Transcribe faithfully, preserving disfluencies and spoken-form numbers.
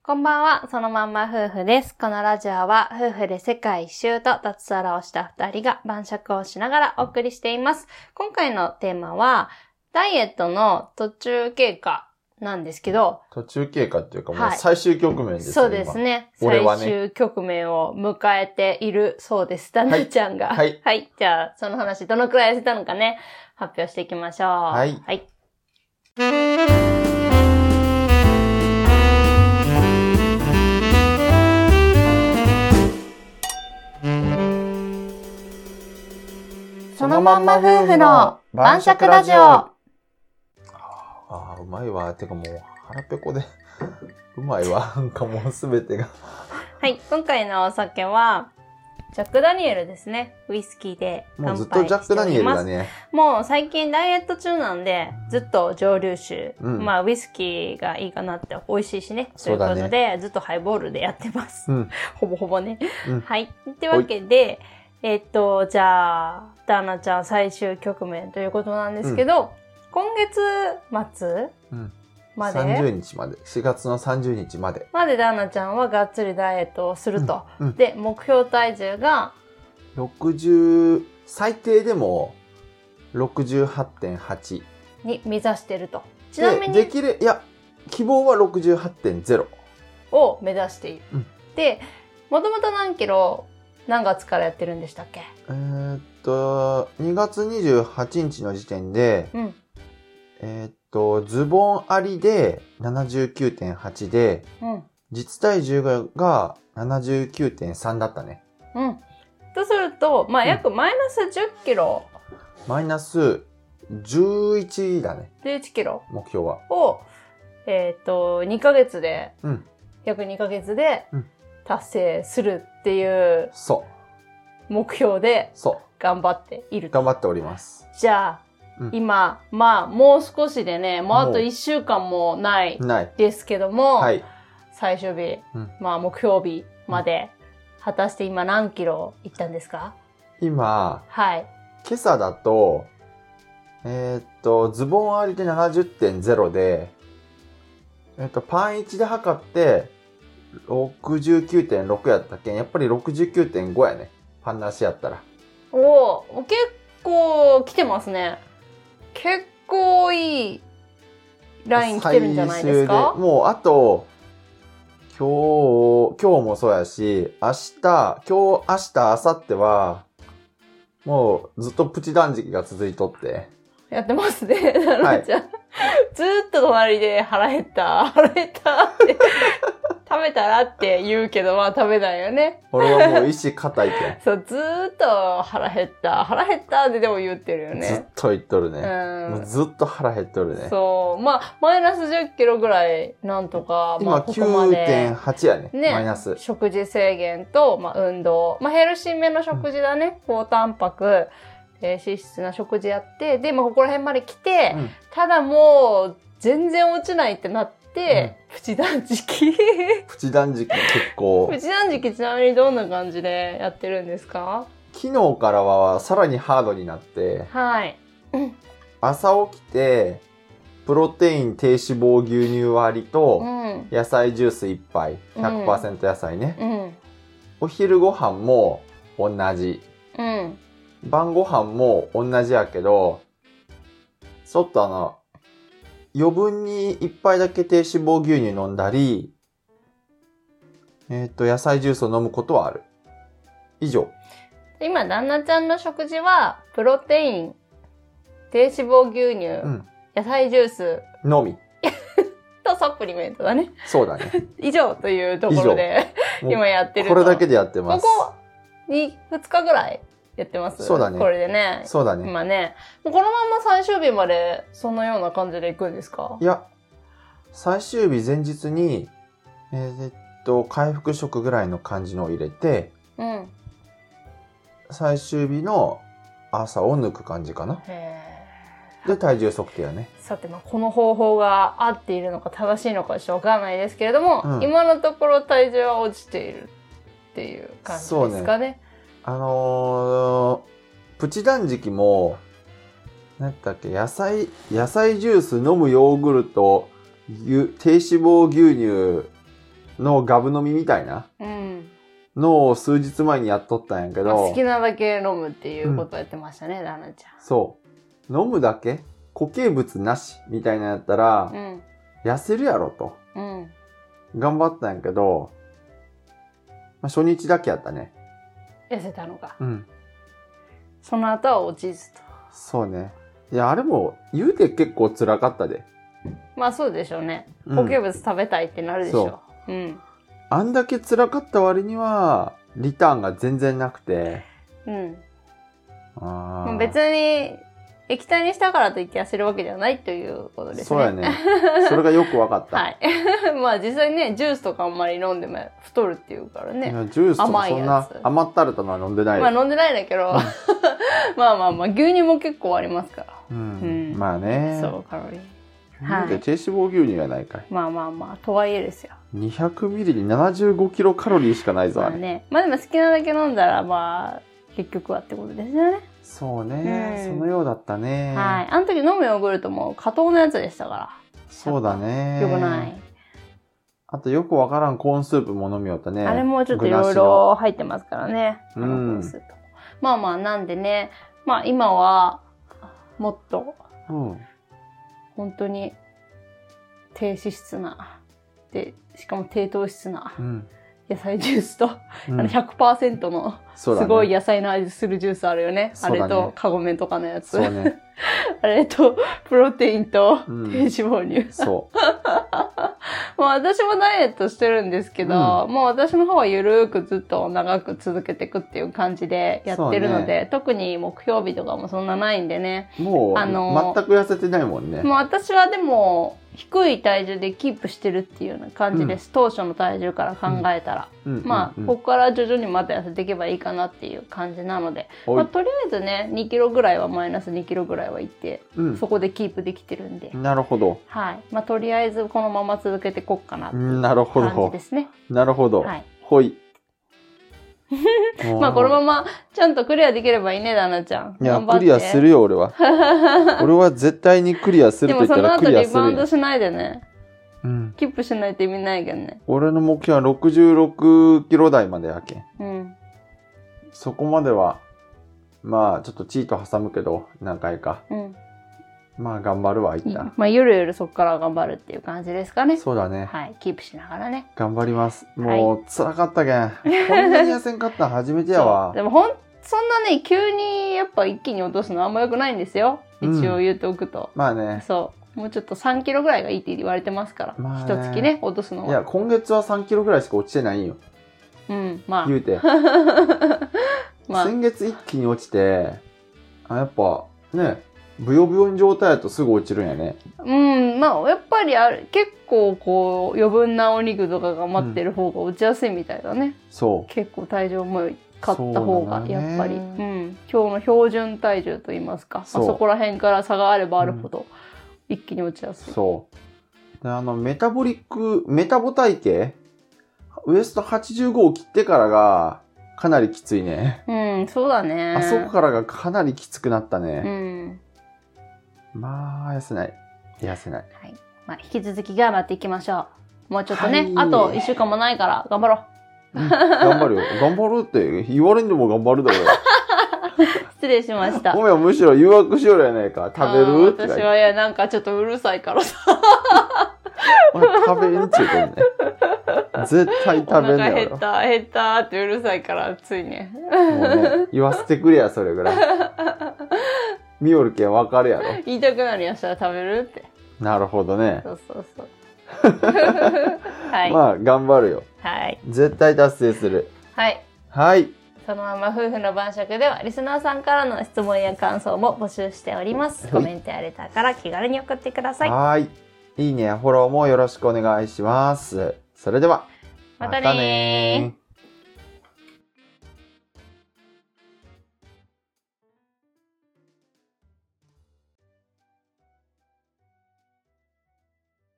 こんばんは、そのまんま夫婦です。このラジオは夫婦で世界一周と脱サラをした二人が晩酌をしながらお送りしています。今回のテーマはダイエットの途中経過なんですけど、 途中経過っていうかもう最終局面ですね。 そうですね。 俺はね最終局面を迎えているそうです。旦那ちゃんが。 はい。 はい。じゃあ、その話どのくらい痩せたのかね、発表していきましょう。 はい。 はい。そのまんま夫婦の晩酌ラジオ。ああ、うまいわ。てかもう腹ペコでうまいわ。なんかもうすべてがはい、今回のお酒はジャックダニエルですね。ウイスキーで乾杯しております。 もうずっとジャックダニエルだね。 もう最近ダイエット中なんでずっと蒸留酒、うん、まあウイスキーがいいかなって美味しいしね。ということでずっとハイボールでやってます。うん、ほぼほぼね。うん、はい。ってわけで。えっと、じゃあ、旦那ちゃん最終局面ということなんですけど、うん、今月末、うん、までさんじゅうにちまで。しがつのさんじゅうにちまで。 まで旦那ちゃんはがっつりダイエットをすると。うんうん、で、目標体重がろくじゅう、最低でも ろくじゅうはちてんはちに目指してると。ちなみに。 で、できる、いや、希望は ろくじゅうはちてんゼロを目指している。うん、で、もともと何キロ何月からやってるんでしたっけ？ えー、っと、にがつにじゅうはちにちの時点で、うん、えー、っと、ズボンありで ななじゅうきゅうてんはち で、うん、実体重が ななじゅうきゅうてんさん だったね。 うん。とすると、まあ、約マイナスじゅっキロ、 うん。マイナスじゅういちだね。 じゅういちキロ。 目標は。 を、えー、っと、にかげつで、うん、約にかげつで、うん、達成するっていう目標で頑張っていると。 頑張っております。 じゃあ、うん、今まあもう少しでね、もうあといっしゅうかんもないですけども、はい、最終日、うん、まあ目標日まで、うん、果たして今何キロいったんですか？ 今、 はい、 今朝だとえー、っとズボンありで ななじゅってんゼロ で、えー、っとパンいちで測ってろくじゅうきゅうてんろく やったっけん、やっぱり ろくじゅうきゅうてんご やね。パンなしやったら。 おお、結構来てますね。結構いいライン来てるんじゃないですか？ もうあと、今日、今日もそうやし、明日、今日、明日、明後日は、もうずっとプチ断食が続いとって。 やってますね、なるほど。ずーっと隣で腹減った、腹減ったって。食べたらって言うけど、まあ食べないよね。 俺はもう意志固いけん。 そう、ずーっと腹減った、腹減ったってでも言ってるよね。 ずっと言っとるね。うん、もうずっと腹減っとるね。 そう。まあ、マイナスじゅっキロぐらい、なんとか、 今、 まあ、 ここまで きゅうてんはち やね。ね、マイナス。 食事制限と、まあ、運動。まあ、ヘルシーめの食事だね。うん、高タンパク、低脂質な食事やって、で、まあ、ここら辺まで来て、うん、ただもう、全然落ちないってなって、で、うん、プチ断食プチ断食結構。 プチ断食ちなみにどんな感じでやってるんですか？ 昨日からはさらにハードになって、 はい。 朝起きて、プロテイン低脂肪牛乳割りと、野菜ジュースいっぱい、ひゃくパーセント 野菜ね。うん、お昼ご飯も同じ。うん、晩ご飯も同じやけど、ちょっとあの、余分に一杯だけ低脂肪牛乳飲んだり、えっと、野菜ジュースを飲むことはある。以上。 今、旦那ちゃんの食事は、プロテイン、低脂肪牛乳、うん、野菜ジュース。 のみ。 とサプリメントだね。 そうだね。 以上というところで、今やってると。 これだけでやってます。 ここに、ふつかぐらいやってます。 そうだね。 これでね。 そうだね。 今ね。もうこのまま最終日までそのような感じで行くんですか？ いや、最終日前日に、えー、っと、回復食ぐらいの感じのを入れて、うん。最終日の朝を抜く感じかな。へー。で、体重測定やね。 さて、まあ、この方法が合っているのか正しいのかちょっとわからないですけれども、うん、今のところ体重は落ちているっていう感じですかね。 あのー、プチ断食も、なんだっけ、野菜、野菜ジュース飲むヨーグルト、低脂肪牛乳のガブ飲みみたいなのを数日前にやっとったんやけど。 好きなだけ飲むっていうことをやってましたね、うん、ダナちゃん。 そう。飲むだけ固形物なしみたいなやったら、うん、痩せるやろと。うん、頑張ったんやけど、まあ、初日だけやったね。 痩せたのか。うん。その後は落ちずと。 そうね。いや、あれも言うて結構辛かったで。 まあそうでしょうね。固形物食べたいってなるでしょう。そう。うん。 あんだけ辛かった割には、リターンが全然なくて。うん。 あ別に、液体にしたからといって痩せるわけではないということですね。 そうやね。それがよく分かった。はい。 まあ実際ね、ジュースとかあんまり飲んでも太るっていうからね。いや、ジュースとかそんな甘ったるたのは飲んでないよ。 まあ飲んでないんだけど、まあまあまあ、牛乳も結構ありますから。 うん。うん、まあね。 そう、カロリー。 はい。で、低脂肪牛乳はないかい。 まあまあまあ、とはいえですよ。 にひゃくミリリットル にななじゅうごキロカロリーしかないぞ、あれ。 まあね。まあでも好きなだけ飲んだら、まあ、結局はってことですよね。 そうね、うん、そのようだったね。 はい。あの時飲むヨーグルトも加糖のやつでしたから。 そうだね。 よくない。 あとよくわからんコーンスープも飲みよったね。 あれもちょっといろいろ入ってますからね。うん。まあまあ、なんでね、まあ今は、もっと、うん、本当に低脂質な、で、しかも低糖質な、うん野菜ジュースと、うん、あの ひゃくパーセント のすごい野菜の味するジュースあるよね。あれとカゴメとかのやつ。そうね。あれとプロテインと低脂肪乳。うん、そう。まあ私もダイエットしてるんですけど、うん、もう私の方はゆるーくずっと長く続けていくっていう感じでやってるので、ね、特に目標日とかもそんなないんでね。 もう、あの全く痩せてないもんね。 もう私はでも、低い体重でキープしてるっていうような感じです。うん、当初の体重から考えたら。うん、まあ、うん、ここから徐々にまた痩せていけばいいかなっていう感じなので、まあ、とりあえずね、にキロぐらいはマイナスにキロぐらいはいって、うん、そこでキープできてるんで。 なるほど。 はい。まあ、とりあえずこのまま続けていこうかなっていう感じですね。 なるほど。はい。ほい。 まあこのままちゃんとクリアできればいいね、ダナちゃん。 いや、クリアするよ、俺は。俺は絶対にクリアすると言ったらクリアする。 でもその後リバウンドしないでね。うん。キープしないと意味ないけどね。 俺の目標はろくじゅうろくキロ台までやけん。うん。そこまでは、まあちょっとチート挟むけど、何回か。うん。まあ頑張るわ、一旦。 まあゆるゆるそこから頑張るっていう感じですかね。 そうだね。 はい。キープしながらね。 頑張ります。もう、はい、辛かったけん。こんなに痩せんかったの初めてやわ。 でもほん、そんなね、急にやっぱ一気に落とすのあんま良くないんですよ。一応言っておくと。 うん、まあね。 そう。もうちょっとさんキロぐらいがいいって言われてますから。まあね、一月ね、落とすのは。 いや、今月はさんキロぐらいしか落ちてないんよ。 うん、まあ。 言うて。まあ、先月一気に落ちて、あ、やっぱ、ね、ブヨブヨの状態だとすぐ落ちるんやね。 うん、まあ、やっぱりある、結構こう、余分なお肉とかが待ってる方が落ちやすいみたいだね。うん、そう。結構体重も買った方が、やっぱり。うん。今日の標準体重といいますか。そ, まあ、そこら辺から差があればあるほど、一気に落ちやすい。 そう。で、あの、メタボリック、メタボ体型ウエストはちじゅうごを切ってからが、かなりきついね。 うん、そうだね。 あそこからがかなりきつくなったね。うん。まあ、痩せない。痩せない。 はい。まあ、引き続き頑張っていきましょう。もうちょっとね、はい、あといっしゅうかんもないから頑張ろう。 うん、頑張るよ。頑張るって言われんでも頑張るだろう。 失礼しました。 ごめん、むしろ誘惑しよるやないか。食べるって。 私は、いや、なんかちょっとうるさいからさ。 食べんちゅうとね。絶対食べんねやろ。減った、減ったってうるさいから、ついね。 もうね、言わせてくれや、それぐらい。見よるけんわかるやろ。 言いたくなるやしたら食べるって。 なるほどね。 そうそうそう。 はい。まあ、頑張るよ。はい。絶対達成する。 はい。 はい。 そのまま夫婦の晩酌ではリスナーさんからの質問や感想も募集しております。コメントやレターから気軽に送ってください。 はい。いいねやフォローもよろしくお願いします。それでは。 またねー。